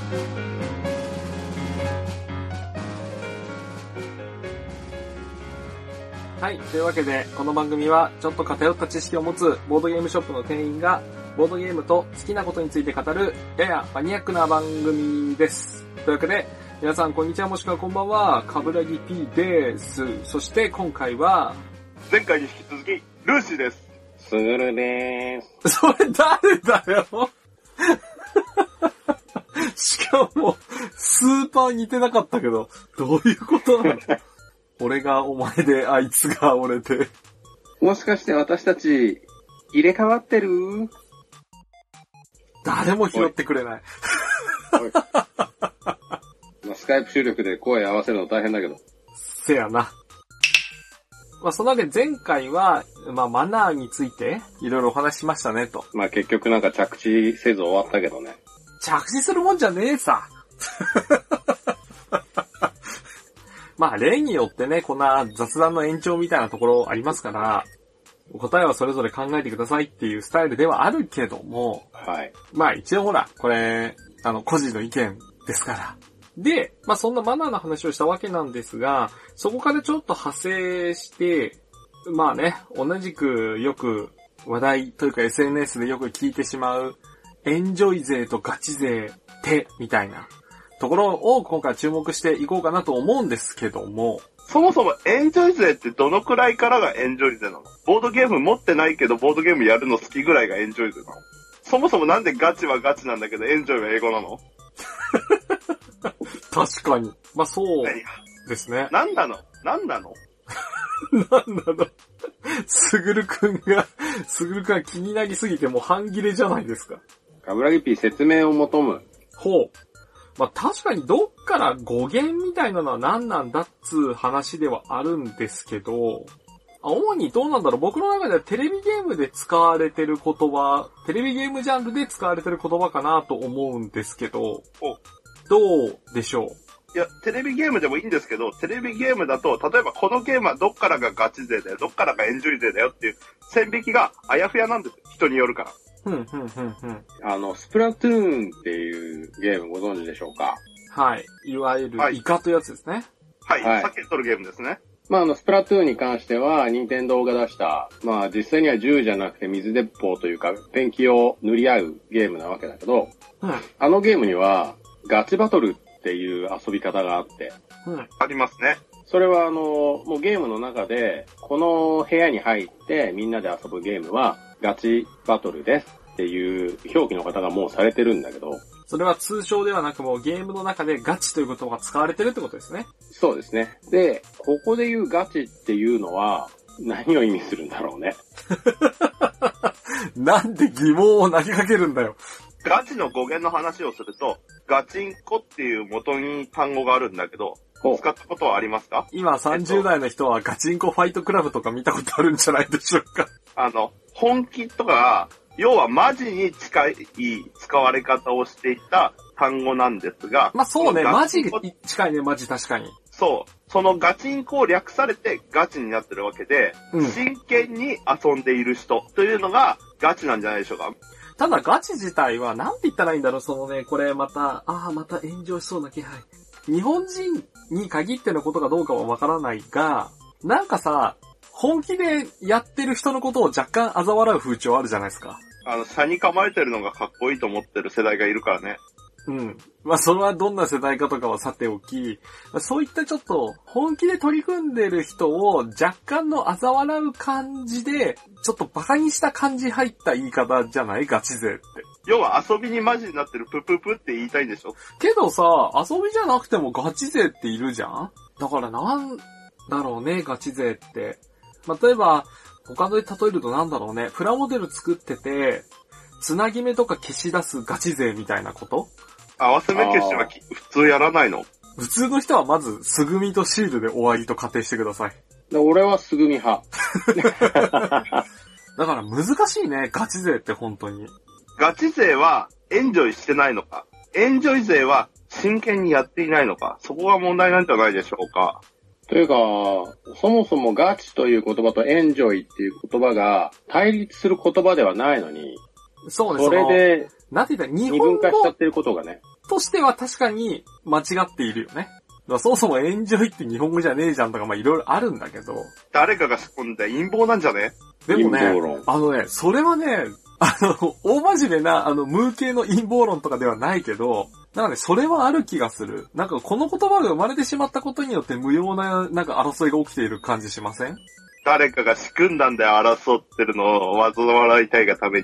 はい。というわけで、この番組は、ちょっと偏った知識を持つボードゲームショップの店員が、ボードゲームと好きなことについて語る、ややマニアックな番組です。というわけで、皆さん、こんにちはもしくはこんばんは、かぶらぎ P です。そして、今回は、 前回に引き続き、ルーシーです。 すぐるでーす。 それ誰だよしかも、スーパー似てなかったけど、どういうことなの俺がお前で、あいつが俺で。 もしかして私たち、入れ替わってる？ 誰も拾ってくれない。 スカイプ収録で声合わせるの大変だけど。 せやな。そのわけで前回は、マナーについていろいろお話ししましたねと。 結局なんか着地せず終わったけどね。 着地するもんじゃねえさ。例によってね、こんな雑談の延長みたいなところありますから、答えはそれぞれ考えてくださいっていうスタイルではあるけども、 はい。 一応ほら、これ、個人の意見ですから。で、そんなマナーの話をしたわけなんですが、そこからちょっと派生して、同じくよく話題というか SNS でよく聞いてしまう、エンジョイ勢とガチ勢って、みたいなところを今回注目していこうかなと思うんですけども。 そもそもエンジョイ勢ってどのくらいからがエンジョイ勢なの？ボードゲーム持ってないけどボードゲームやるの好きぐらいがエンジョイ勢なの？そもそもなんでガチはガチなんだけどエンジョイは英語なの？ 確かに。そうですね。 なんなのなんなのすぐるくんが気になりすぎてもう半切れじゃないですか。 かぶらぎ P 説明を求む。 ほう。確かにどっから語源みたいなのは何なんだっつう話ではあるんですけど、主にどうなんだろう、僕の中ではテレビゲームで使われてる言葉、テレビゲームジャンルで使われてる言葉かなと思うんですけど、どうでしょう？ いや、テレビゲームでもいいんですけど、テレビゲームだと、例えばこのゲームはどっからがガチ勢だよ、どっからがエンジョイ勢だよっていう線引きがあやふやなんですよ。人によるから。 スプラトゥーンっていうゲームご存知でしょうか？ はい。いわゆるイカというやつですね。 はい。さっき取るゲームですね。 スプラトゥーンに関しては、任天堂が出した、実際には銃じゃなくて水鉄砲というか、ペンキを塗り合うゲームなわけだけど、あのゲームには、ガチバトルっていう遊び方があって、 ありますね。 それはもうゲームの中で、この部屋に入ってみんなで遊ぶゲームは、ガチバトルですっていう表記の方がもうされてるんだけど、 それは通称ではなくもうゲームの中でガチという言葉が使われてるってことですね。 そうですね。で、ここで言うガチっていうのは何を意味するんだろうね。 なんで疑問を投げかけるんだよ。 ガチの語源の話をすると、ガチンコっていう元に単語があるんだけど、使ったことはありますか？ 今30代の人はガチンコファイトクラブとか見たことあるんじゃないでしょうか。 本気とか、要はマジに近い使われ方をしていた単語なんですが。 そうね、マジ近いね、マジ確かに。 そう。そのガチンコを略されてガチになってるわけで、真剣に遊んでいる人というのがガチなんじゃないでしょうか。 ただガチ自体はなんて言ったらいいんだろう、これまた炎上しそうな気配。日本人に限ってのことかどうかはわからないが、なんかさ、本気でやってる人のことを若干嘲笑う風潮あるじゃないですか。 車に構えてるのがかっこいいと思ってる世代がいるからね。 それはどんな世代かとかはさておき、そういったちょっと本気で取り組んでる人を若干の嘲笑う感じで、ちょっとバカにした感じ入った言い方じゃない？ガチ勢って。 要は遊びにマジになってるプププって言いたいんでしょ？ けどさ、遊びじゃなくてもガチ勢っているじゃん？だからなんだろうね、ガチ勢って。例えば、他で例えるとなんだろうね、プラモデル作ってて、つなぎ目とか消し出すガチ勢みたいなこと？ 合わせ目消しは普通やらないの？ 普通の人はまず、素組みとシールで終わりと仮定してください。 俺は素組み派。 だから難しいね、ガチ勢って本当に。 ガチ勢はエンジョイしてないのか、エンジョイ勢は真剣にやっていないのか、そこが問題なんじゃないでしょうか。 というか、そもそもガチという言葉とエンジョイっていう言葉が対立する言葉ではないのに、 そうね、 それで、 なんて言ったら二分化しちゃってることがね。 としては確かに間違っているよね。そもそもエンジョイって日本語じゃねえじゃんとか、まあいろいろあるんだけど。 誰かが仕込んだ陰謀なんじゃね？ でもね、それはね、大真面目な、ムー系の陰謀論とかではないけど、なんかね、それはある気がする。なんかこの言葉が生まれてしまったことによって無用な、なんか争いが起きている感じしません？ 誰かが仕組んだんで争ってるのを煩わいたいがために。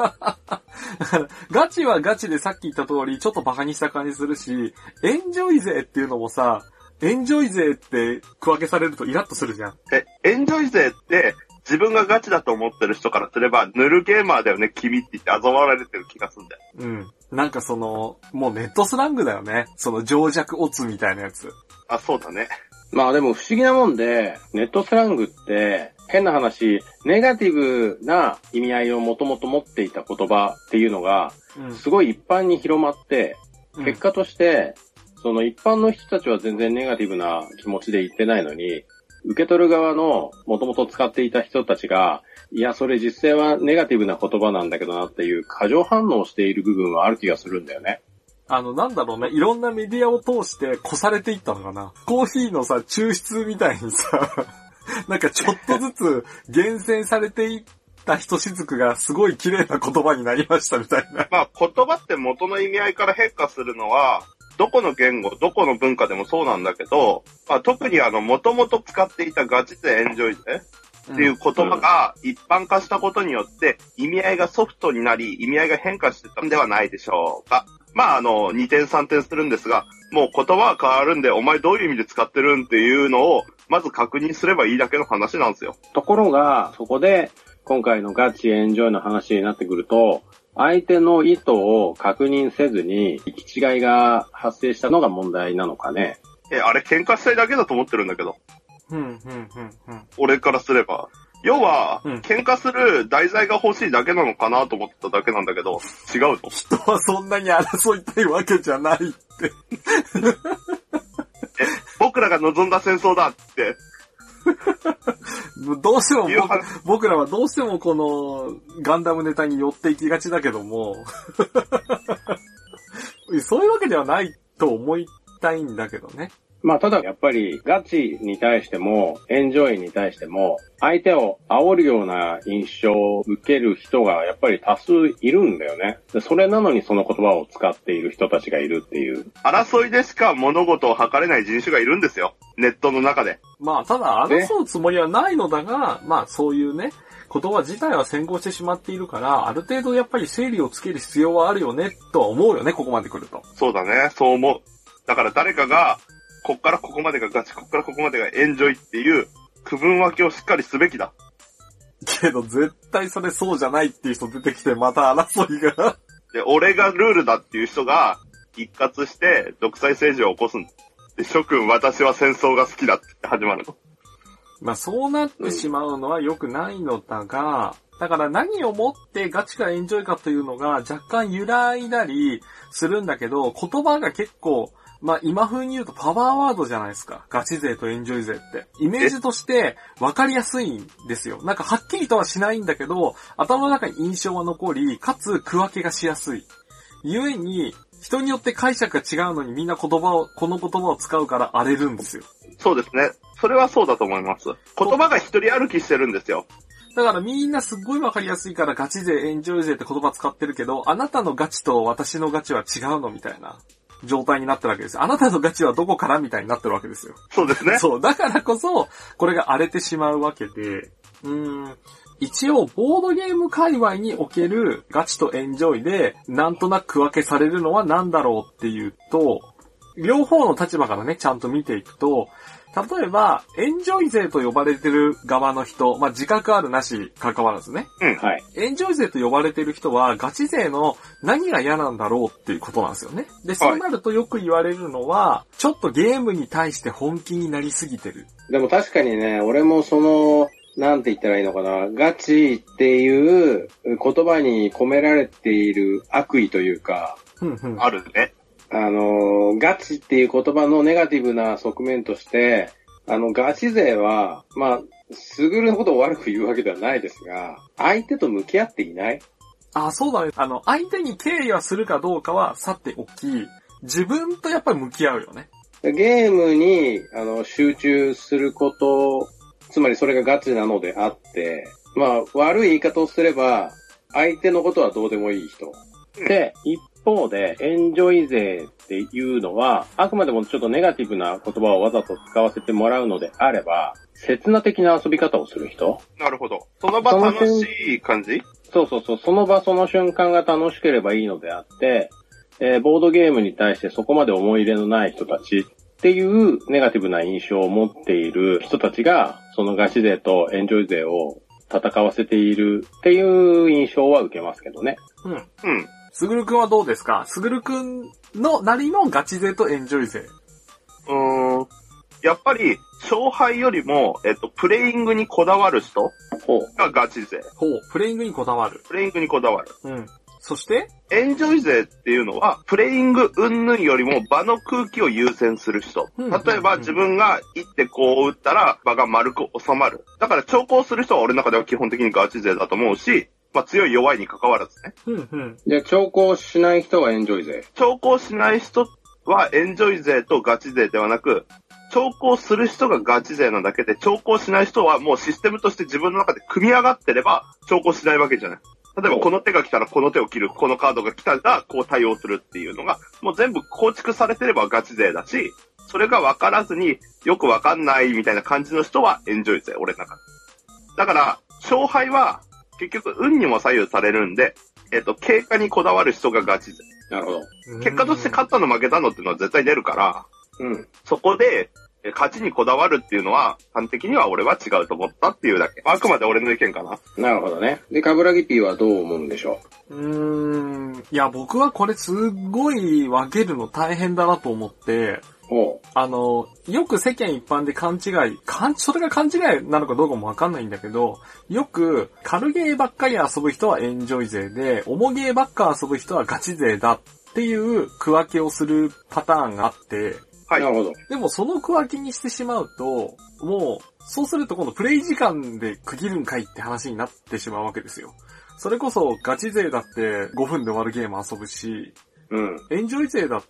ガチはガチでさっき言った通り、ちょっとバカにした感じするし、エンジョイ勢っていうのもさ、エンジョイ勢って区分けされるとイラッとするじゃん。 エンジョイ勢って、自分がガチだと思ってる人からすれば、ヌルゲーマーだよね、君って言って嘲笑われてる気がするんだよ。 うん。なんかもうネットスラングだよね。情弱オツみたいなやつ。 あ、そうだね。 まあでも不思議なもんで、ネットスラングって、変な話、ネガティブな意味合いをもともと持っていた言葉っていうのが、すごい一般に広まって、結果として、その一般の人たちは全然ネガティブな気持ちで言ってないのに、受け取る側のもともと使っていた人たちが、いや、それ実際はネガティブな言葉なんだけどなっていう過剰反応している部分はある気がするんだよね。 なんだろうね、いろんなメディアを通して越されていったのかな。コーヒーのさ、抽出みたいにさ、なんかちょっとずつ厳選されていったひとしずくがすごい綺麗な言葉になりましたみたいな。 まあ言葉って元の意味合いから変化するのは、どこの言語、どこの文化でもそうなんだけど、まあ、特に元々使っていたガチでエンジョイでっていう言葉が一般化したことによって意味合いがソフトになり、意味合いが変化してたんではないでしょうか。まあ2点3点するんですが、もう言葉は変わるんで、お前どういう意味で使ってるんっていうのを、まず確認すればいいだけの話なんですよ。 ところが、そこで、今回のガチエンジョイの話になってくると、相手の意図を確認せずに、行き違いが発生したのが問題なのかね。 あれ喧嘩したいだけだと思ってるんだけど。俺からすれば。要は、喧嘩する題材が欲しいだけなのかなと思ってただけなんだけど、違うの？ 人はそんなに争いたいわけじゃないって。 僕らが望んだ戦争だって。 どうしても僕らはどうしてもこのガンダムネタに寄っていきがちだけども、そういうわけではないと思いたいんだけどね。 まあただやっぱりガチに対してもエンジョイに対しても相手を煽るような印象を受ける人がやっぱり多数いるんだよね。でそれなのにその言葉を使っている人たちがいるっていう。 争いでしか物事を測れない人種がいるんですよ。ネットの中で。 まあただ争うつもりはないのだが、まあそういうね、言葉自体は先行してしまっているから、ある程度やっぱり整理をつける必要はあるよね、とは思うよね、ここまで来ると。 そうだね、そう思う。だから誰かが、こっからここまでがガチ、こっからここまでがエンジョイっていう区分分けをしっかりすべきだ。 けど絶対それそうじゃないっていう人出てきてまた争いが。 で、俺がルールだっていう人が一括して独裁政治を起こすんだ。で、諸君私は戦争が好きだって始まるの。 まあそうなってしまうのは良くないのだが、だから何をもってガチかエンジョイかというのが若干揺らいだりするんだけど、言葉が結構、まあ今風に言うとパワーワードじゃないですか。ガチ勢とエンジョイ勢って。イメージとして分かりやすいんですよ。なんかはっきりとはしないんだけど、頭の中に印象は残り、かつ区分けがしやすい。故に、人によって解釈が違うのにみんなこの言葉を使うから荒れるんですよ。 そうですね。それはそうだと思います。言葉が一人歩きしてるんですよ。 だからみんなすっごいわかりやすいからガチ勢、エンジョイ勢って言葉使ってるけど、あなたのガチと私のガチは違うのみたいな状態になってるわけですよ。あなたのガチはどこからみたいになってるわけですよ。 そうですね。 そう。だからこそ、これが荒れてしまうわけで、一応、ボードゲーム界隈におけるガチとエンジョイで、なんとなく区分けされるのは何だろうっていうと、両方の立場からね、ちゃんと見ていくと、例えば、エンジョイ勢と呼ばれてる側の人、まあ、自覚あるなし関わらずね。 はい。 エンジョイ勢と呼ばれてる人は、ガチ勢の何が嫌なんだろうっていうことなんですよね。で、そうなるとよく言われるのは、ちょっとゲームに対して本気になりすぎてる。 でも確かにね、俺もなんて言ったらいいのかな、ガチっていう言葉に込められている悪意というか、 あるね。 ガチっていう言葉のネガティブな側面として、ガチ勢は、まあ、すぐるのことを悪く言うわけではないですが、相手と向き合っていない？ あ、そうだね。相手に敬意はするかどうかはさておき、 自分とやっぱり向き合うよね。 ゲームに、集中すること、つまりそれがガチなのであって、まあ、悪い言い方をすれば、相手のことはどうでもいい人。で、一方で、エンジョイ勢っていうのは、あくまでもちょっとネガティブな言葉をわざと使わせてもらうのであれば、刹那的な遊び方をする人。 なるほど。その場楽しい感じ？ そうそうそう。その場その瞬間が楽しければいいのであって、ボードゲームに対してそこまで思い入れのない人たちっていうネガティブな印象を持っている人たちが、そのガチ勢とエンジョイ勢を戦わせているっていう印象は受けますけどね。 うん。うん。すぐるくんはどうですか？すぐるくんのなりのガチ勢とエンジョイ勢。 やっぱり、勝敗よりも、プレイングにこだわる人がガチ勢。 ほう、プレイングにこだわる。 プレイングにこだわる。 うん。そしてエンジョイ勢っていうのは、プレイング云々よりも場の空気を優先する人。例えば自分が一手こう打ったら場が丸く収まる。だから長考する人は俺の中では基本的にガチ勢だと思うし、まあ強い弱いに関わらずね。 で、長考しない人はエンジョイ勢。 長考しない人はエンジョイ勢とガチ勢ではなく、長考する人がガチ勢なだけで、長考しない人はもうシステムとして自分の中で組み上がってれば、長考しないわけじゃない。例えばこの手が来たらこの手を切る、このカードが来たらこう対応するっていうのが、もう全部構築されてればガチ勢だし、それが分からずによく分かんないみたいな感じの人はエンジョイ勢、俺の中で。だから、勝敗は結局運にも左右されるんで、経過にこだわる人がガチ勢。 なるほど。 結果として勝ったの負けたのっていうのは絶対出るから、そこで、勝ちにこだわるっていうのは、端的には俺は違うと思ったっていうだけ。あくまで俺の意見かな。 なるほどね。で、カブラギピーはどう思うんでしょう？いや、僕はこれすっごい分けるの大変だなと思って、よく世間一般でそれが勘違いなのかどうかもわかんないんだけど、よく軽ゲーばっかり遊ぶ人はエンジョイ勢で、重ゲーばっか遊ぶ人はガチ勢だっていう区分けをするパターンがあって、 はい。なるほど。 でもその区分けにしてしまうと、もう、そうすると今度プレイ時間で区切るんかいって話になってしまうわけですよ。それこそガチ勢だって5分で終わるゲーム遊ぶし、エンジョイ勢だって、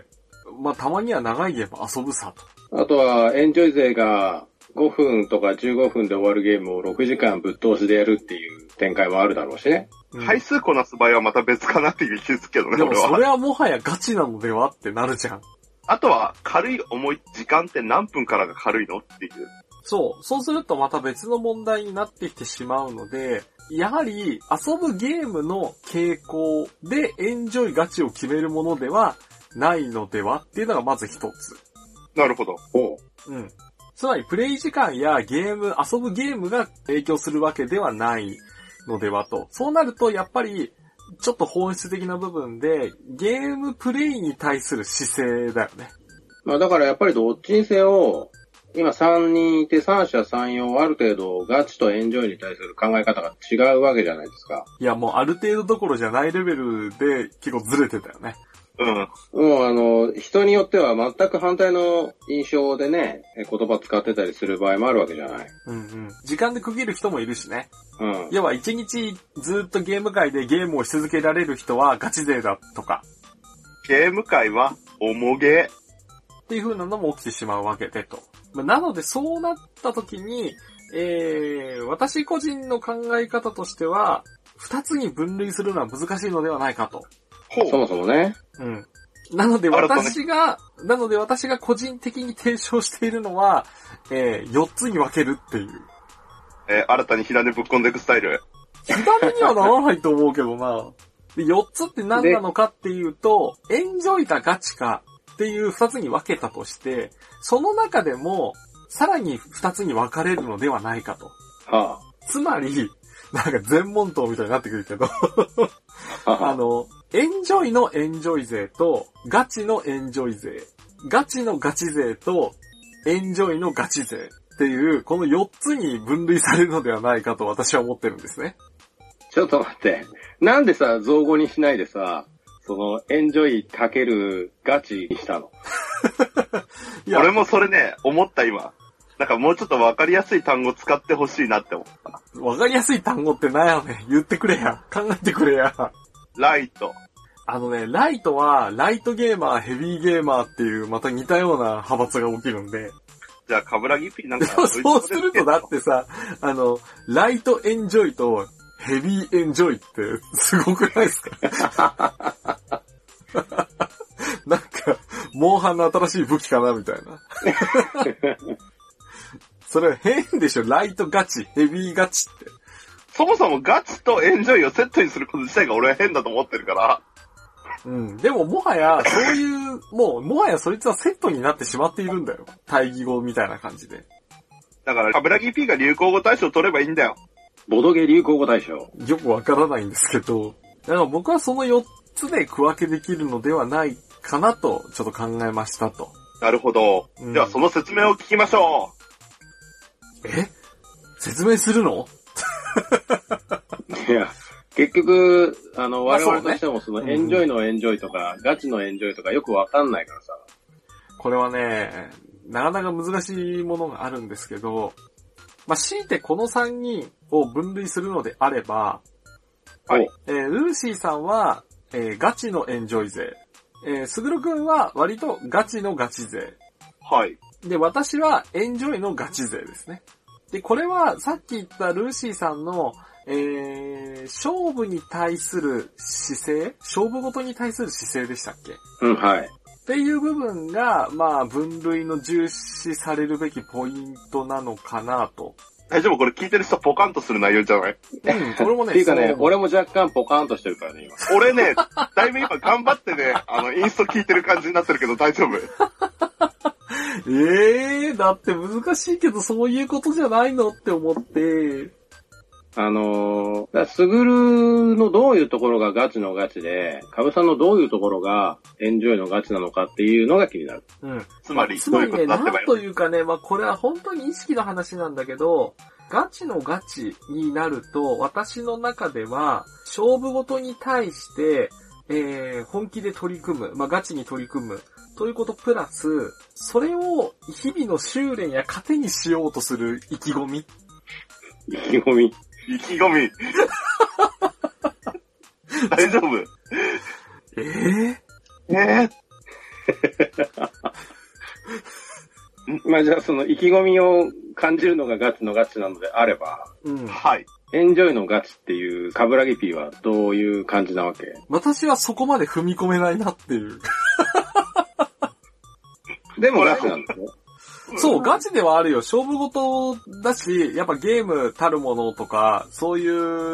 まあ、たまには長いゲーム遊ぶさと。あとは、エンジョイ勢が5分とか15分で終わるゲームを6時間ぶっ通しでやるっていう展開もあるだろうしね。 回数こなす場合はまた別かなっていう気づくけどね、 でもそれはもはやガチなのではってなるじゃん。 あとは、軽い重い時間って何分からが軽いのっていう。 そうするとまた別の問題になってきてしまうので、やはり遊ぶゲームの傾向でエンジョイガチを決めるものではないのではっていうのがまず一つ。 なるほど。 つまりプレイ時間や遊ぶゲームが影響するわけではないのではと。そうなるとやっぱりちょっと本質的な部分でゲームプレイに対する姿勢だよね。 まあだからやっぱりどっちにせよ、今3人いて三者三様ある程度ガチとエンジョイに対する考え方が違うわけじゃないですか。 いやもうある程度どころじゃないレベルで結構ずれてたよね。 もう人によっては全く反対の印象でね、言葉使ってたりする場合もあるわけじゃない。 時間で区切る人もいるしね。要は一日ずっとゲーム界でゲームをし続けられる人はガチ勢だとか。 ゲーム界は重ゲー。 っていう風なのも起きてしまうわけでと。なのでそうなった時に、私個人の考え方としては、二つに分類するのは難しいのではないかと。 そもそもね。 なので私が個人的に提唱しているのは、4つに分けるっていう。 新たに火種ぶっ込んでいくスタイル。 火種にはならないと思うけどな。で4つって何なのかっていうと、エンジョイかガチかっていう2つに分けたとして、その中でもさらに2つに分かれるのではないかと。つまり、なんか全問答みたいになってくるけどエンジョイのエンジョイ勢とガチのエンジョイ勢、ガチのガチ勢とエンジョイのガチ勢っていうこの4つに分類されるのではないかと私は思ってるんですね。 ちょっと待って。なんでさ、造語にしないでさ、そのエンジョイかけるガチにしたの？ 俺もそれね、思った今。なんかもうちょっとわかりやすい単語使ってほしいなって思った。 わかりやすい単語って何やねん。言ってくれや。考えてくれや。 ライト。 ライトは、ライトゲーマー、ヘビーゲーマーっていう、また似たような派閥が起きるんで。 じゃあ、カブラギピーなんかそうするとだってさ、ライトエンジョイとヘビーエンジョイってすごくないですか？なんか、モンハンの新しい武器かなみたいな。それ変でしょ？ライトガチ、ヘビーガチって。 そもそもガチとエンジョイをセットにすること自体が俺は変だと思ってるから。 うん。でももはや、そういう、もはやそいつはセットになってしまっているんだよ。対義語みたいな感じで。 だから、カブラギ P が流行語大賞取ればいいんだよ。 ボドゲ流行語大賞。 よくわからないんですけど、だから僕はその4つで区分けできるのではないかなと、ちょっと考えましたと。 なるほど。では、その説明を聞きましょう。説明するの？ いや、結局、我々としてもそのエンジョイのエンジョイとか、ガチのエンジョイとかよくわかんないからさ。 これはね、なかなか難しいものがあるんですけど、強いてこの3人を分類するのであれば、 はい。 ルーシーさんは、ガチのエンジョイ勢。スグルくんは割とガチのガチ勢。 はい。 で、私はエンジョイのガチ勢ですね。で、これはさっき言ったルーシーさんの、勝負に対する姿勢？勝負ごとに対する姿勢でしたっけ？ うん、はい。 っていう部分が、分類の重視されるべきポイントなのかなと。 大丈夫？これ聞いてる人ポカンとする内容じゃない？ うん、これもね。 っていうかね、俺も若干ポカンとしてるからね、 今。俺ね、だいぶ今頑張ってね、インスト聞いてる感じになってるけど大丈夫？ だって難しいけどそういうことじゃないのって思って。 スグルのどういうところがガチのガチで、カブさんのどういうところがエンジョイのガチなのかっていうのが気になる。 うん。 つまりね、なんというかね、これは本当に意識の話なんだけど、ガチのガチになると、私の中では、勝負ごとに対して、本気で取り組む、ガチに取り組む、ということプラス、それを日々の修練や糧にしようとする意気込み。 意気込み。 意気込み。大丈夫？ じゃあその意気込みを感じるのがガチのガチなのであれば、 うん、 はい。 エンジョイのガチっていうカブラギピーはどういう感じなわけ？ 私はそこまで踏み込めないなっていう。 でもガチなんだよ。 そう、ガチではあるよ。勝負事だし、やっぱゲームたるものとか、そういう、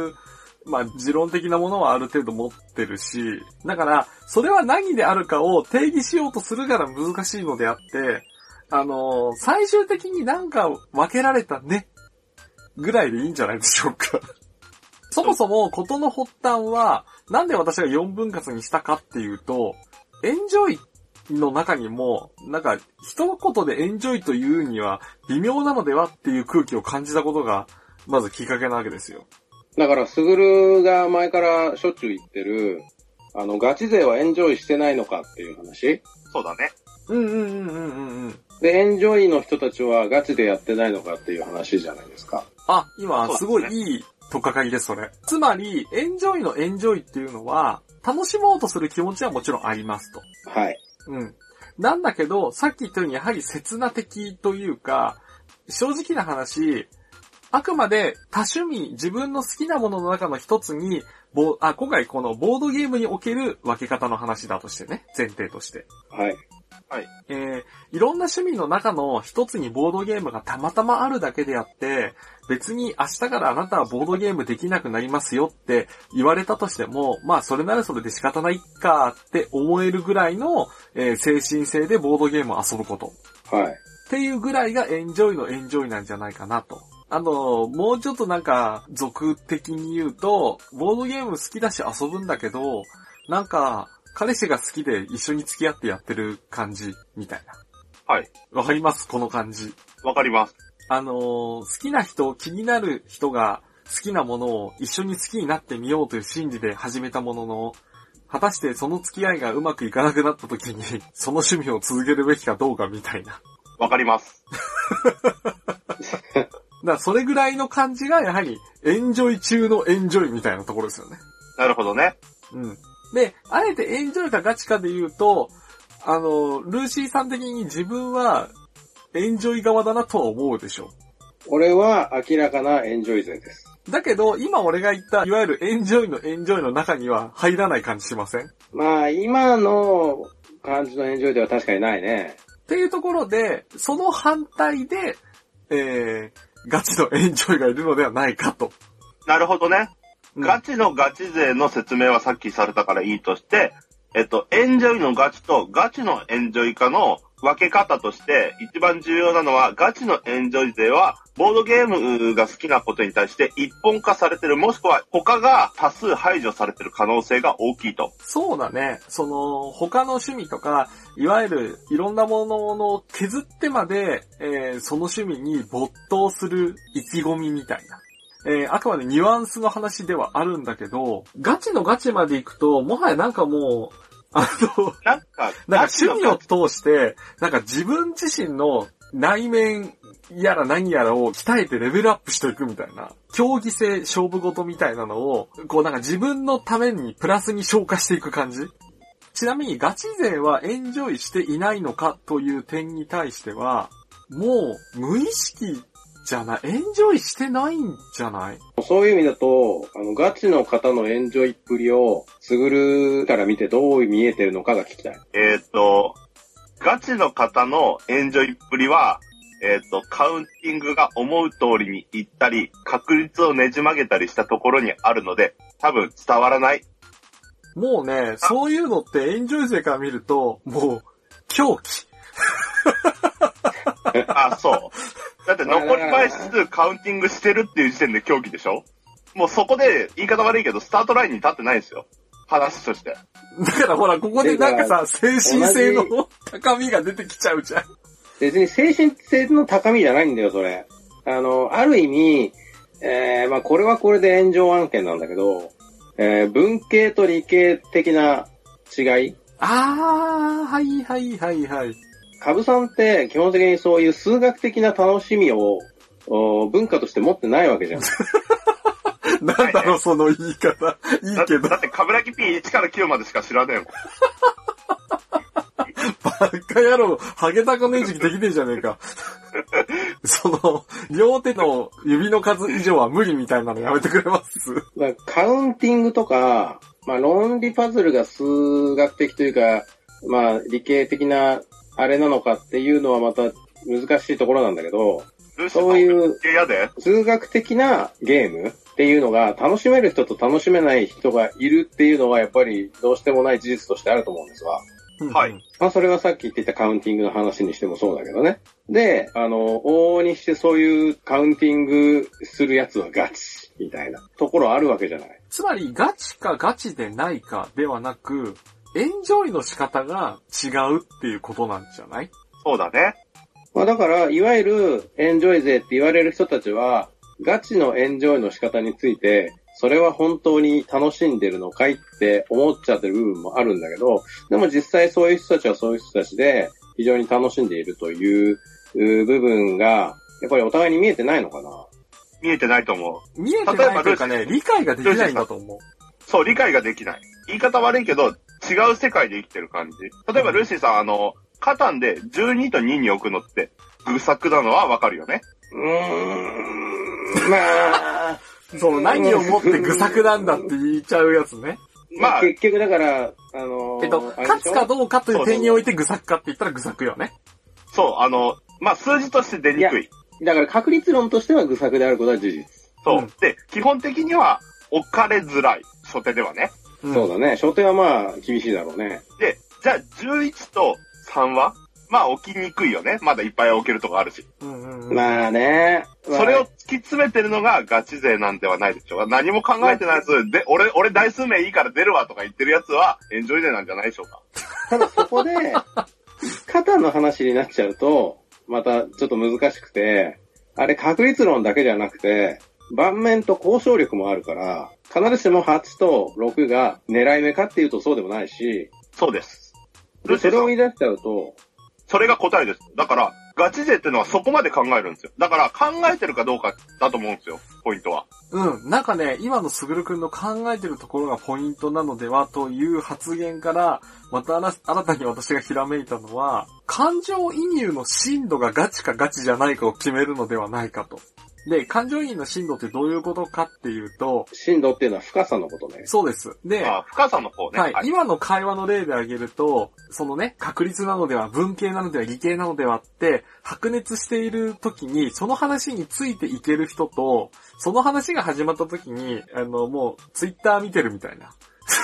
持論的なものはある程度持ってるし、だから、それは何であるかを定義しようとするから難しいのであって、最終的になんか分けられたね、ぐらいでいいんじゃないでしょうか。そもそも、事の発端は、なんで私が4分割にしたかっていうと、エンジョイの中にも、一言でエンジョイというには微妙なのではっていう空気を感じたことが、まずきっかけなわけですよ。 だから、スグルが前からしょっちゅう言ってる、ガチ勢はエンジョイしてないのかっていう話？ そうだね。 で、エンジョイの人たちはガチでやってないのかっていう話じゃないですか。 今、すごいいいとっかかりです、それ。つまり、エンジョイのエンジョイっていうのは、楽しもうとする気持ちはもちろんありますと。 はい。 うん。なんだけど、さっき言ったようにやはり刹那的というか、正直な話、あくまで多趣味、自分の好きなものの中の一つに、今回このボードゲームにおける分け方の話だとしてね、前提として。 はい。 はい。 いろんな趣味の中の一つにボードゲームがたまたまあるだけであって、別に明日からあなたはボードゲームできなくなりますよって言われたとしても、それならそれで仕方ないかって思えるぐらいの、精神性でボードゲームを遊ぶこと。 はい。 っていうぐらいがエンジョイのエンジョイなんじゃないかなと。もうちょっと俗的に言うと、ボードゲーム好きだし遊ぶんだけど、彼氏が好きで一緒に付き合ってやってる感じ、みたいな。 はい。 わかります？この感じ。 わかります。 好きな人、気になる人が好きなものを一緒に好きになってみようという心理で始めたものの、果たしてその付き合いがうまくいかなくなった時に、その趣味を続けるべきかどうかみたいな。 わかります。 だからそれぐらいの感じがやはりエンジョイ中のエンジョイみたいなところですよね。 なるほどね。 うん。 で、あえてエンジョイかガチかで言うと、ルーシーさん的に自分はエンジョイ側だなとは思うでしょ。 俺は明らかなエンジョイ勢です。 だけど、今俺が言った、いわゆるエンジョイの中には入らない感じしません？ まあ、今の感じのエンジョイでは確かにないね。 っていうところで、その反対で、ガチのエンジョイがいるのではないかと。 なるほどね。ガチのガチ勢の説明はさっきされたからいいとして、エンジョイのガチとガチのエンジョイ化の分け方として一番重要なのは、ガチのエンジョイ勢はボードゲームが好きなことに対して一本化されてる、もしくは他が多数排除されてる可能性が大きいと。 そうだね。他の趣味とか、いわゆるいろんなものの削ってまで、その趣味に没頭する意気込みみたいな。あくまでニュアンスの話ではあるんだけど、ガチのガチまで行くと、もはやなんかもう、なんか趣味を通して、なんか自分自身の内面やら何やらを鍛えてレベルアップしていくみたいな、競技性勝負事みたいなのを、こうなんか自分のためにプラスに消化していく感じ。ちなみにガチ勢はエンジョイしていないのかという点に対しては、もう無意識じゃない、エンジョイしてないんじゃない？ そういう意味だと、ガチの方のエンジョイっぷりを、すぐるから見てどう見えてるのかが聞きたい。 ガチの方のエンジョイっぷりは、カウンティングが思う通りにいったり、確率をねじ曲げたりしたところにあるので、多分伝わらない。 もうね、そういうのってエンジョイ勢から見ると、もう、狂気。 あ、そう。だって残り枚数カウンティングしてるっていう時点で狂気でしょ？もうそこで、言い方悪いけど、スタートラインに立ってないですよ。話として。 だからほら、ここでなんかさ、精神性の高みが出てきちゃうじゃん。 別に精神性の高みじゃないんだよ、それ。ある意味、まあこれはこれで炎上案件なんだけど、文系と理系的な違い。 はいはいはいはい。 株さんって基本的にそういう数学的な楽しみを文化として持ってないわけじゃん。 なんだろう、その言い方。いいけど。 だって、カブラギ P1 から9までしか知らねえもん。 バカ野郎、ハゲタカの餌食できねえじゃねえか。両手の指の数以上は無理みたいなのやめてくれます？ カウンティングとか、まあ論理パズルが数学的というか、まあ理系的なあれなのかっていうのはまた難しいところなんだけど、そういう数学的なゲームっていうのが楽しめる人と楽しめない人がいるっていうのはやっぱりどうしてもない事実としてあると思うんですわ。 はい。 まあそれはさっき言っていたカウンティングの話にしてもそうだけどね。で、往々にしてそういうカウンティングするやつはガチみたいなところあるわけじゃない。 つまりガチかガチでないかではなく、エンジョイの仕方が違うっていうことなんじゃない？ そうだね。 まあだから、いわゆるエンジョイ勢って言われる人たちは、ガチのエンジョイの仕方について、それは本当に楽しんでるのかいって思っちゃってる部分もあるんだけど、でも実際そういう人たちはそういう人たちで、非常に楽しんでいるという部分が、やっぱりお互いに見えてないのかな？ 見えてないと思う。 見えてないというかね、理解ができないんだと思う。 そう、理解ができない。言い方悪いけど、違う世界で生きてる感じ。例えばルーシーさん、カタンで12と2に置くのって、愚策なのはわかるよね。 まあ、 何をもって愚策なんだって言っちゃうやつね。 まあ、結局だから、 勝つかどうかという点において愚策かって言ったら愚策よね。 そう、まあ、数字として出にくい。 だから確率論としては愚策であることは事実。 そう。で、基本的には置かれづらい。初手ではね。 そうだね。初手はまあ、厳しいだろうね。 で、じゃあ11と3はまあ置きにくいよね。まだいっぱい置けるとこあるし。 まあね。 それを突き詰めてるのがガチ勢なんではないでしょうか。何も考えてないやつで、俺台数名いいから出るわとか言ってるやつはエンジョイ勢なんじゃないでしょうか。 ただそこで、肩の話になっちゃうと、またちょっと難しくて、あれ確率論だけじゃなくて、盤面と交渉力もあるから、必ずしも8と6が狙い目かっていうとそうでもないし。 そうです。 それを言い出しちゃうと、 それが答えです。だから、ガチ勢っていうのはそこまで考えるんですよ。だから、考えてるかどうかだと思うんですよ、ポイントは。 なんかね、今のすぐるくんの考えてるところがポイントなのではという発言から、また新たに私がひらめいたのは、感情移入の深度がガチかガチじゃないかを決めるのではないかと。で、感情移入の深度ってどういうことかっていうと、 深度っていうのは深さのことね。 そうです。で、 深さの方ね。 はい。今の会話の例で挙げると、そのね、確率なのでは、文系なのでは、理系なのではって、白熱している時に、その話についていける人と、その話が始まった時に、もう、ツイッター見てるみたいな。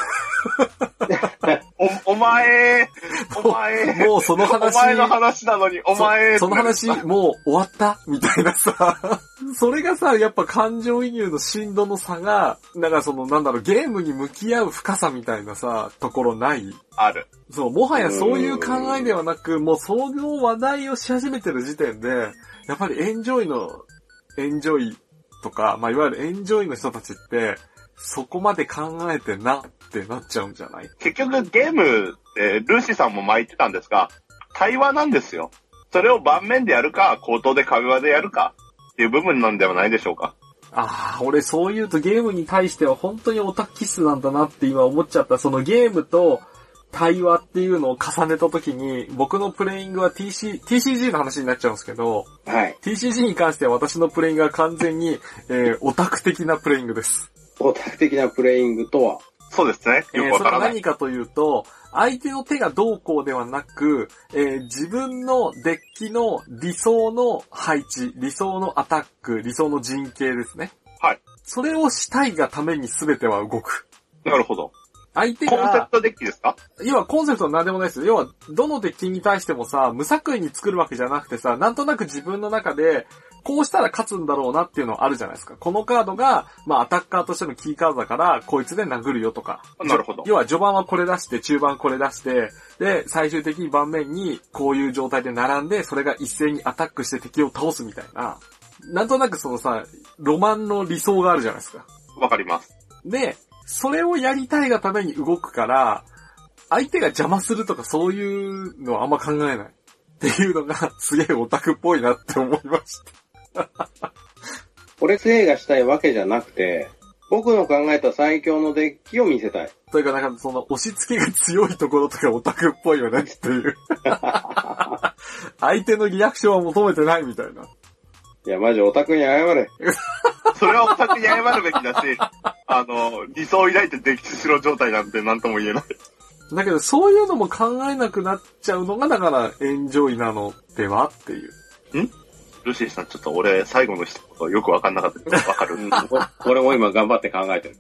お前、 もうその話、 お前の話なのに、お前、 その話、もう終わったみたいなさ、それがさ、やっぱ感情移入の深度の差が、なんかその、ゲームに向き合う深さみたいなさ、ところない？ ある。 そう、もはやそういう考えではなく、もうその話題をし始めてる時点で、やっぱりエンジョイとか、まあ、いわゆるエンジョイの人たちって、そこまで考えてなってなっちゃうんじゃない？ 結局ゲームって、ルーシーさんも前言ってたんですが、対話なんですよ。それを盤面でやるか、口頭で会話でやるかっていう部分なんではないでしょうか。 俺そう言うとゲームに対しては本当にオタ気質なんだなって今思っちゃった。そのゲームと対話っていうのを重ねた時に、僕のプレイングは TCG の話になっちゃうんですけど、 はい。 TCG に関しては私のプレイングは完全に、オタク的なプレイングです。 オタク的なプレイングとは？ そうですね。よくわからない。 それは何かというと、相手の手がどうこうではなく、自分のデッキの理想の配置、理想のアタック、理想の陣形ですね。 はい。 それをしたいがために全ては動く。 なるほど。 相手が、 コンセプトデッキですか？ 要はコンセプトは何でもないですよ。要は、どのデッキに対してもさ、無作為に作るわけじゃなくてさ、なんとなく自分の中で、こうしたら勝つんだろうなっていうのあるじゃないですか。このカードが、まあアタッカーとしてのキーカードだから、こいつで殴るよとか。 なるほど。 要は序盤はこれ出して、中盤これ出して、で、最終的に盤面にこういう状態で並んで、それが一斉にアタックして敵を倒すみたいな。なんとなくそのさ、ロマンの理想があるじゃないですか。 わかります。 で、それをやりたいがために動くから、相手が邪魔するとかそういうのはあんま考えない。っていうのがすげえオタクっぽいなって思いました。 俺プレイがしたいわけじゃなくて、僕の考えた最強のデッキを見せたい。 というかなんかその押し付けが強いところとかオタクっぽいよねっていう。相手のリアクションは求めてないみたいな。 いや、マジオタクに謝れ。 それはオタクに謝るべきだし、理想を抱いてデッキしろ状態なんて何とも言えない。 だけどそういうのも考えなくなっちゃうのがだからエンジョイなのではっていう。 ルシーさん、ちょっと俺、最後の一言よくわかんなかったけど、わかる？ 俺も今頑張って考えてる。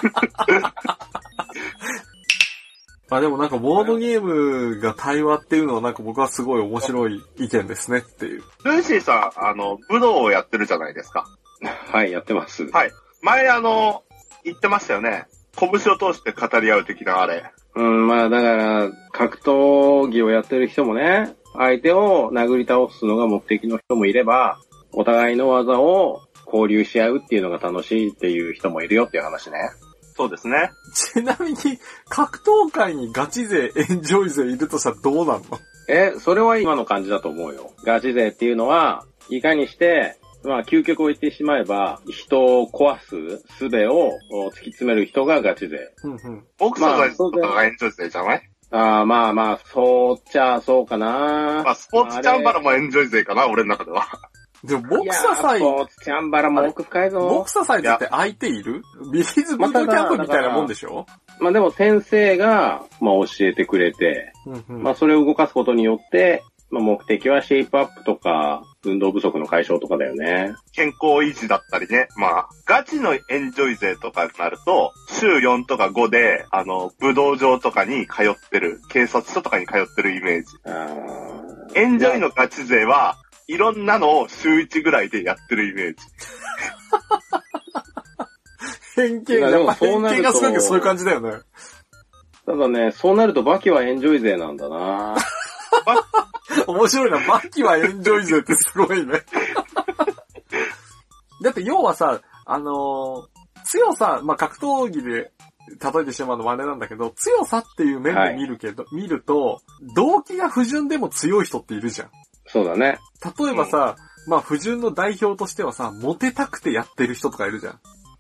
でもなんかボードゲームが対話っていうのはなんか僕はすごい面白い意見ですねっていう。 ルシーさん、武道をやってるじゃないですか。 はい、やってます。 はい。前言ってましたよね。拳を通して語り合う的なあれ。 まあだから、格闘技をやってる人もね、相手を殴り倒すのが目的の人もいれば、お互いの技を交流し合うっていうのが楽しいっていう人もいるよっていう話ね。 そうですね。 ちなみに、格闘界にガチ勢、エンジョイ勢いるとしたらどうなの？ それは今の感じだと思うよ。ガチ勢っていうのは、いかにして、まあ、究極を言ってしまえば、人を壊す術を突き詰める人がガチ勢。 ボクサーとかがエンジョイ勢じゃない？ まあ、そうっちゃそうかな。 まあ、スポーツチャンバラもエンジョイ勢かな、俺の中では。 でも、ボクササイ。 スポーツチャンバラも奥深いぞ。 ボクササイって相手いる？ビリーズブートキャンプみたいなもんでしょ？ まあでも先生が、まあ教えてくれて、まあそれを動かすことによって、まあ目的はシェイプアップとか、運動不足の解消とかだよね。 健康維持だったりね。まあ、ガチのエンジョイ勢とかになると、週4とか5で、武道場とかに通ってる、警察署とかに通ってるイメージ。エンジョイのガチ勢は、いろんなのを週1ぐらいでやってるイメージ。 偏見がすごいけどそういう感じだよね。 ただね、そうなるとバキはエンジョイ勢なんだな面白いな。バキはエンジョイ勢ってすごいね。だって要はさ、強さ、まあ、格闘技で例えてしまうのはあれなんだけど、強さっていう面で見ると、動機が不純でも強い人っているじゃん。 そうだね。 例えばさ、まあ不純の代表としてはさ、モテたくてやってる人とかいるじゃん。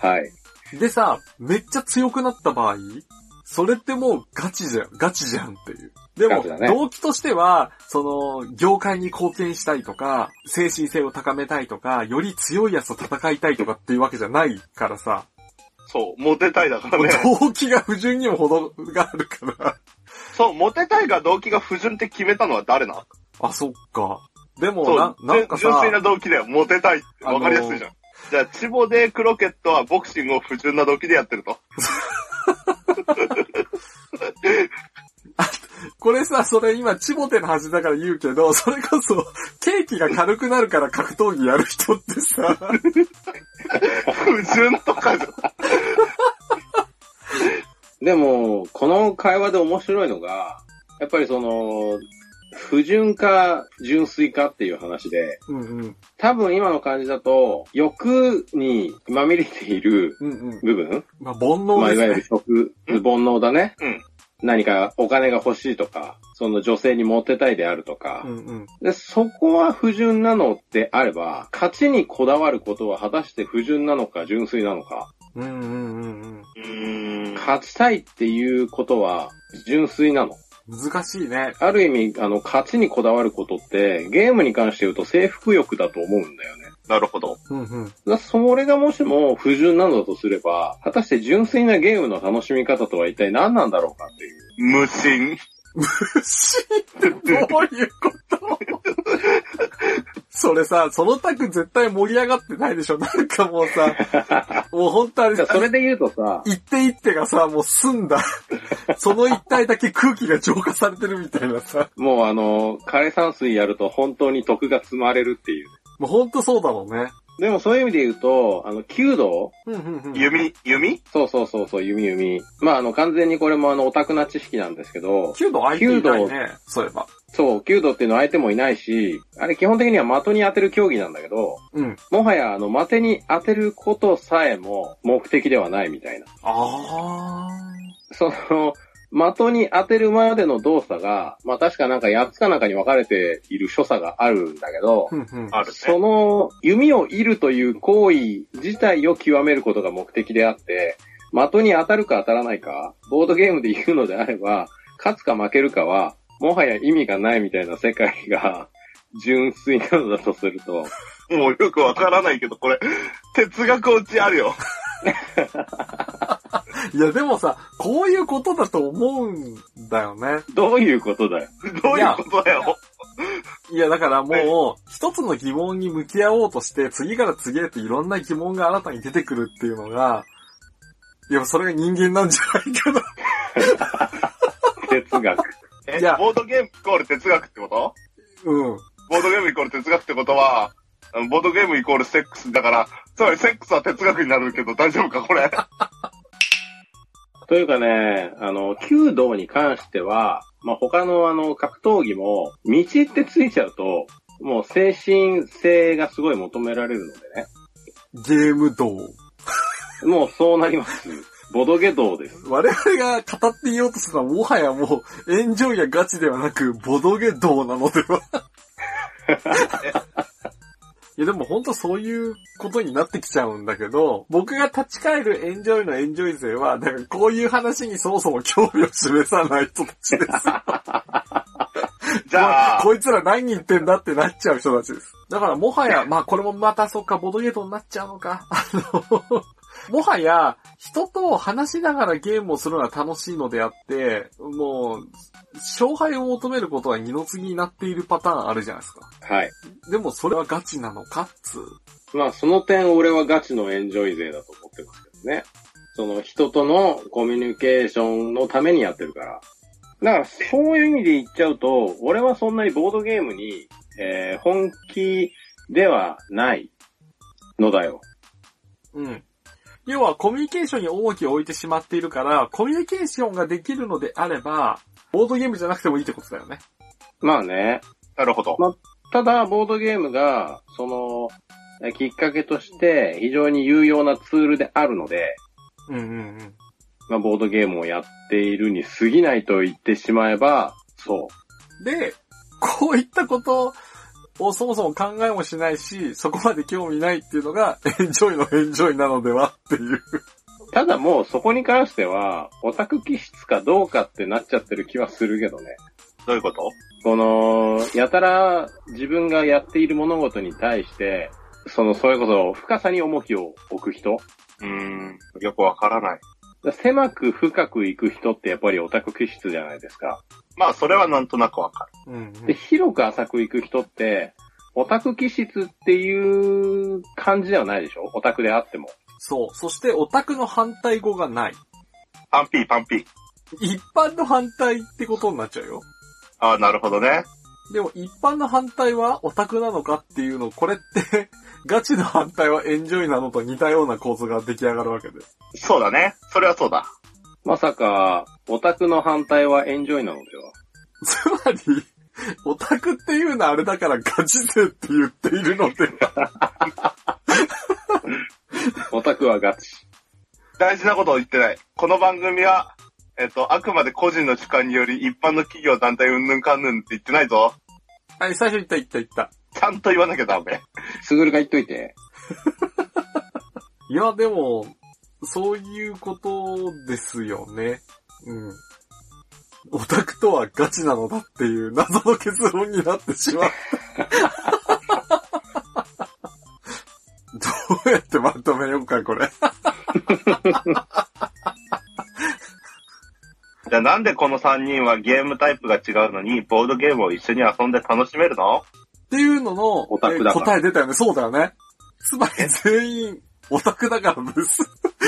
はい。 でさ、めっちゃ強くなった場合、それってもうガチじゃんっていう。でも、 ね、 動機としては、業界に貢献したいとか、精神性を高めたいとか、より強いやつと戦いたいとかっていうわけじゃないからさ。 そう、モテたいだからね。 動機が不純にも程があるから。 そう、モテたいが動機が不純って決めたのは誰な？ あ、そっか。でもなんかさ、純粋な動機だよ。モテたいってわかりやすいじゃん。じゃあ、チボデークロケットはボクシングを不純な動機でやってると。 これさ、それ今、チボテの話だから言うけど、それこそ、ケーキが軽くなるから格闘技やる人ってさ、 不純とかじゃん。 でも、この会話で面白いのが、やっぱり不純か純粋かっていう話で、 うんうん、 多分今の感じだと、欲にまみれている部分、 まあ、煩悩ですね。 いわゆる煩悩だね。 うん。 何かお金が欲しいとか、その女性にモテたいであるとか、で、そこは不純なのであれば、勝ちにこだわることは果たして不純なのか純粋なのか。勝ちたいっていうことは純粋なの。 難しいね。 ある意味、勝ちにこだわることって、ゲームに関して言うと征服欲だと思うんだよね。 なるほど。 それがもしも不純なのだとすれば、果たして純粋なゲームの楽しみ方とは一体何なんだろうかっていう。 無心。 無心ってどういうことそれさ、そのタク絶対盛り上がってないでしょ。なんかもうさ、もう本当にそれで言うとさ、 一手一手がさ、もう済んだ。その一体だけ空気が浄化されてるみたいなさ。 もう枯山水やると本当に徳が積まれるっていう。 もう本当そうだろうね。 でもそういう意味で言うと、弓道弓そう、弓。まあ完全にこれもオタクな知識なんですけど。 弓道相手いないね、そういえば。 そう、弓道っていうのは相手もいないし、あれ基本的には的に当てる競技なんだけど、もはや的に当てることさえも目的ではないみたいな。的に当てるまでの動作が、まあ確かなんか8つかなんかに分かれている所作があるんだけど、その弓を射るという行為自体を極めることが目的であって、的に当たるか当たらないか、ボードゲームで言うのであれば、勝つか負けるかは、もはや意味がないみたいな世界が純粋なのだとすると。 もうよくわからないけど、これ、哲学落ちあるよ。 いやでもさ、こういうことだと思うんだよね。 どういうことだよ。 どういうことだよ。 いやだからもう、一つの疑問に向き合おうとして、次から次へといろんな疑問が新たに出てくるっていうのが、いやそれが人間なんじゃないかな。 哲学。 ボードゲームイコール哲学ってこと？ボードゲームイコール哲学ってことは、ボードゲームイコールセックスだから、つまりセックスは哲学になるけど大丈夫かこれ。 というかね、弓道に関しては、まあ、他の格闘技も、道ってついちゃうと、もう精神性がすごい求められるのでね。 ゲーム道。 もうそうなります。ボドゲ道です。 我々が語っていようとするのはもはやもう、エンジョイやガチではなく、ボドゲ道なのでは。いやでもほんとそういうことになってきちゃうんだけど、僕が立ち返るエンジョイのエンジョイ勢は、だからこういう話にそもそも興味を示さない人たちです。じゃあ、こいつら何言ってんだってなっちゃう人たちです。だからもはや、まあこれもまたそっか、ボドゲートになっちゃうのか。もはや、人と話しながらゲームをするのは楽しいのであって、もう、勝敗を求めることは二の次になっているパターンあるじゃないですか。 はい。 でもそれはガチなのかっつう。 まあその点俺はガチのエンジョイ勢だと思ってますけどね。その人とのコミュニケーションのためにやってるから。だからそういう意味で言っちゃうと、俺はそんなにボードゲームに、本気ではないのだよ。 要はコミュニケーションに重きを置いてしまっているから、コミュニケーションができるのであれば、ボードゲームじゃなくてもいいってことだよね。 まあね。 なるほど。 まあ、ただ、ボードゲームが、きっかけとして非常に有用なツールであるので、まあ、ボードゲームをやっているに過ぎないと言ってしまえば、そう。 で、こういったことをそもそも考えもしないし、そこまで興味ないっていうのがエンジョイのエンジョイなのではっていう。 ただもうそこに関しては、オタク気質かどうかってなっちゃってる気はするけどね。 どういうこと？ この、やたら自分がやっている物事に対して、それこそ深さに重きを置く人？ よくわからない。 狭く深くいく人ってやっぱりオタク気質じゃないですか。 まあそれはなんとなくわかる。 で、広く浅くいく人って、オタク気質っていう感じではないでしょ？オタクであっても。 そう。そしてオタクの反対語がない。 パンピー。 一般の反対ってことになっちゃうよ。 ああ、なるほどね。 でも一般の反対はオタクなのかっていうの、これってガチの反対はエンジョイなのと似たような構図が出来上がるわけです。 そうだね。それはそうだ。 まさか、オタクの反対はエンジョイなのでは？ つまり、オタクっていうのはあれだからガチ勢って言っているのでは。 オタクはガチ。 大事なことを言ってない。この番組は、あくまで個人の主観により一般の企業団体うんぬんかんぬんって言ってないぞ。 はい、最初言った。 ちゃんと言わなきゃダメ。 すぐるが言っといて。 いや、でも、そういうことですよね。オタクとはガチなのだっていう謎の結論になってしまう。どうやってまとめようか、これ。 じゃあなんでこの3人はゲームタイプが違うのに、ボードゲームを一緒に遊んで楽しめるの？ っていうののオタクだから答え出たよね。そうだよね。つまり全員オタクだからです。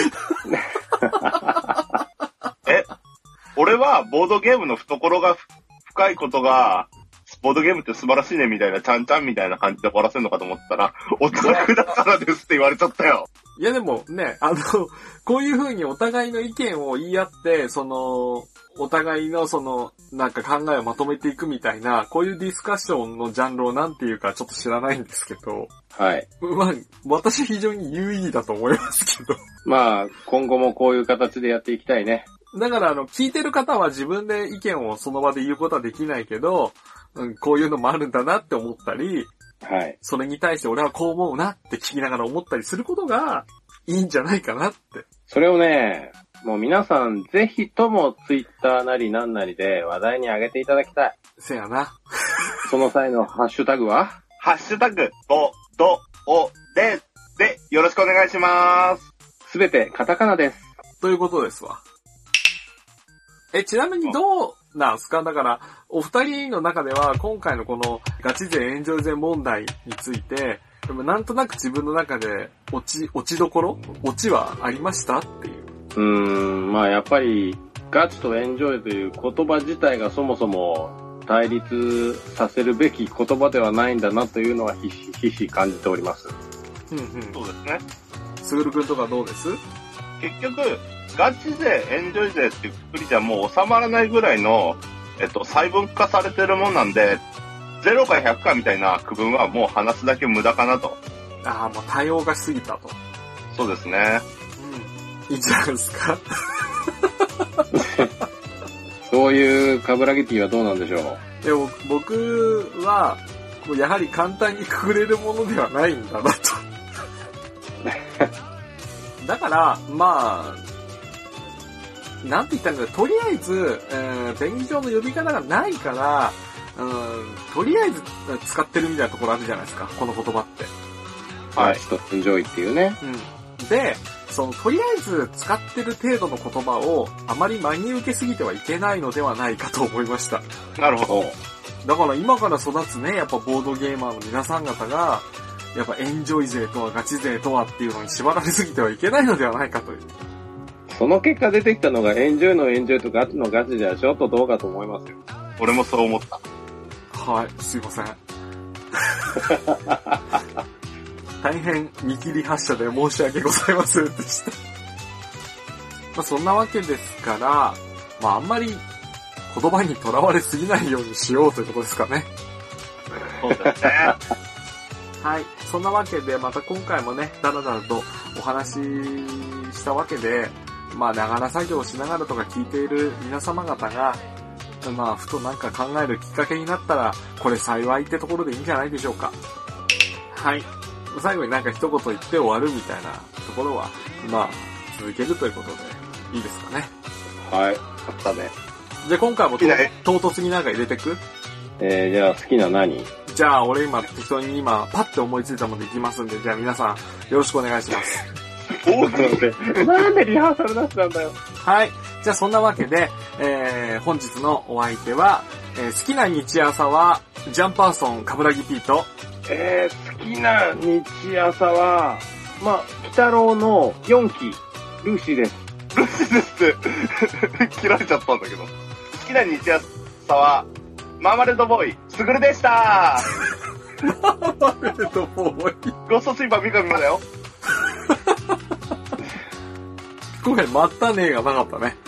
俺はボードゲームの懐が深いことが、ボードゲームって素晴らしいねみたいな、ちゃんちゃんみたいな感じで終わらせるのかと思ったら、オタクだからですって言われちゃったよ。 いやでもね、こういう風にお互いの意見を言い合って、お互いのなんか考えをまとめていくみたいな、こういうディスカッションのジャンルをなんていうかちょっと知らないんですけど。 はい。 まあ、私非常に有意義だと思いますけど。 まあ、今後もこういう形でやっていきたいね。 だから聞いてる方は自分で意見をその場で言うことはできないけど、こういうのもあるんだなって思ったり、 はい。 それに対して俺はこう思うなって聞きながら思ったりすることがいいんじゃないかなって。 それをね、もう皆さんぜひともツイッターなりなんなりで話題に上げていただきたい。 せやな。 その際のハッシュタグは？ ハッシュタグ、ボドオでよろしくお願いします。 すべてカタカナです。 ということですわ。ちなみにどうなんすか？だから、お二人の中では今回のこのガチ勢エンジョイ勢問題について、でもなんとなく自分の中で落ちどころ？落ちはありましたっていう。 まあやっぱりガチとエンジョイという言葉自体がそもそも対立させるべき言葉ではないんだなというのはひしひし感じております。 そうですね。 すぐるくんとかどうです？ 結局、ガチ勢、エンジョイ勢っていうくくりじゃもう収まらないぐらいの、細分化されてるもんなんで、0か100かみたいな区分はもう話すだけ無駄かなと。 ああ、もう多様がしすぎたと。 そうですね。 いいんじゃないですか。 そういうカブラギティはどうなんでしょう？ でも僕は、やはり簡単にくくれるものではないんだなと。だから、まあ、なんて言ったんだろう、とりあえず、便宜上の呼び方がないから、とりあえず使ってるみたいなところあるじゃないですか、この言葉って。 はい。一つエンジョイっていうね。 で、とりあえず使ってる程度の言葉をあまり真に受けすぎてはいけないのではないかと思いました。 なるほど。 だから今から育つね、やっぱボードゲーマーの皆さん方が、やっぱエンジョイ勢とはガチ勢とはっていうのに縛られすぎてはいけないのではないかという。 その結果出てきたのがエンジョイのエンジョイとガチのガチじゃちょっとどうかと思いますよ。 俺もそう思った。 はい、すいません。大変見切り発車で申し訳ございませんでした。まあそんなわけですから、まああんまり言葉にとらわれすぎないようにしようということですかね。 そうですね。 はい。そんなわけで、また今回もね、だらだらとお話ししたわけで、まあ、ながら作業をしながらとか聞いている皆様方が、 まあ、ふとなんか考えるきっかけになったら、これ幸いってところでいいんじゃないでしょうか。はい。最後になんか一言言って終わるみたいなところは、まあ、続けるということで、いいですかね。 はい。あったね。 じゃあ今回も唐突になんか入れてく？ じゃあ好きな何？ じゃあ俺今適当にパッて思いついたものでいきますんで、じゃあ皆さんよろしくお願いします。 なんでリハーサル出したんだよ。 はい。じゃあそんなわけで、本日のお相手は、好きな日朝は、ジャンパーソン、カブラギピート。 好きな日朝は、まあ、鬼太郎の4期、ルーシーです。 ルーシーですって、切られちゃったんだけど。好きな日朝は、マーマレードボーイ、スグルでしたマーマレードボーイ。 ゴーストスイーパー三上だよ。 今回またねえがなかったね。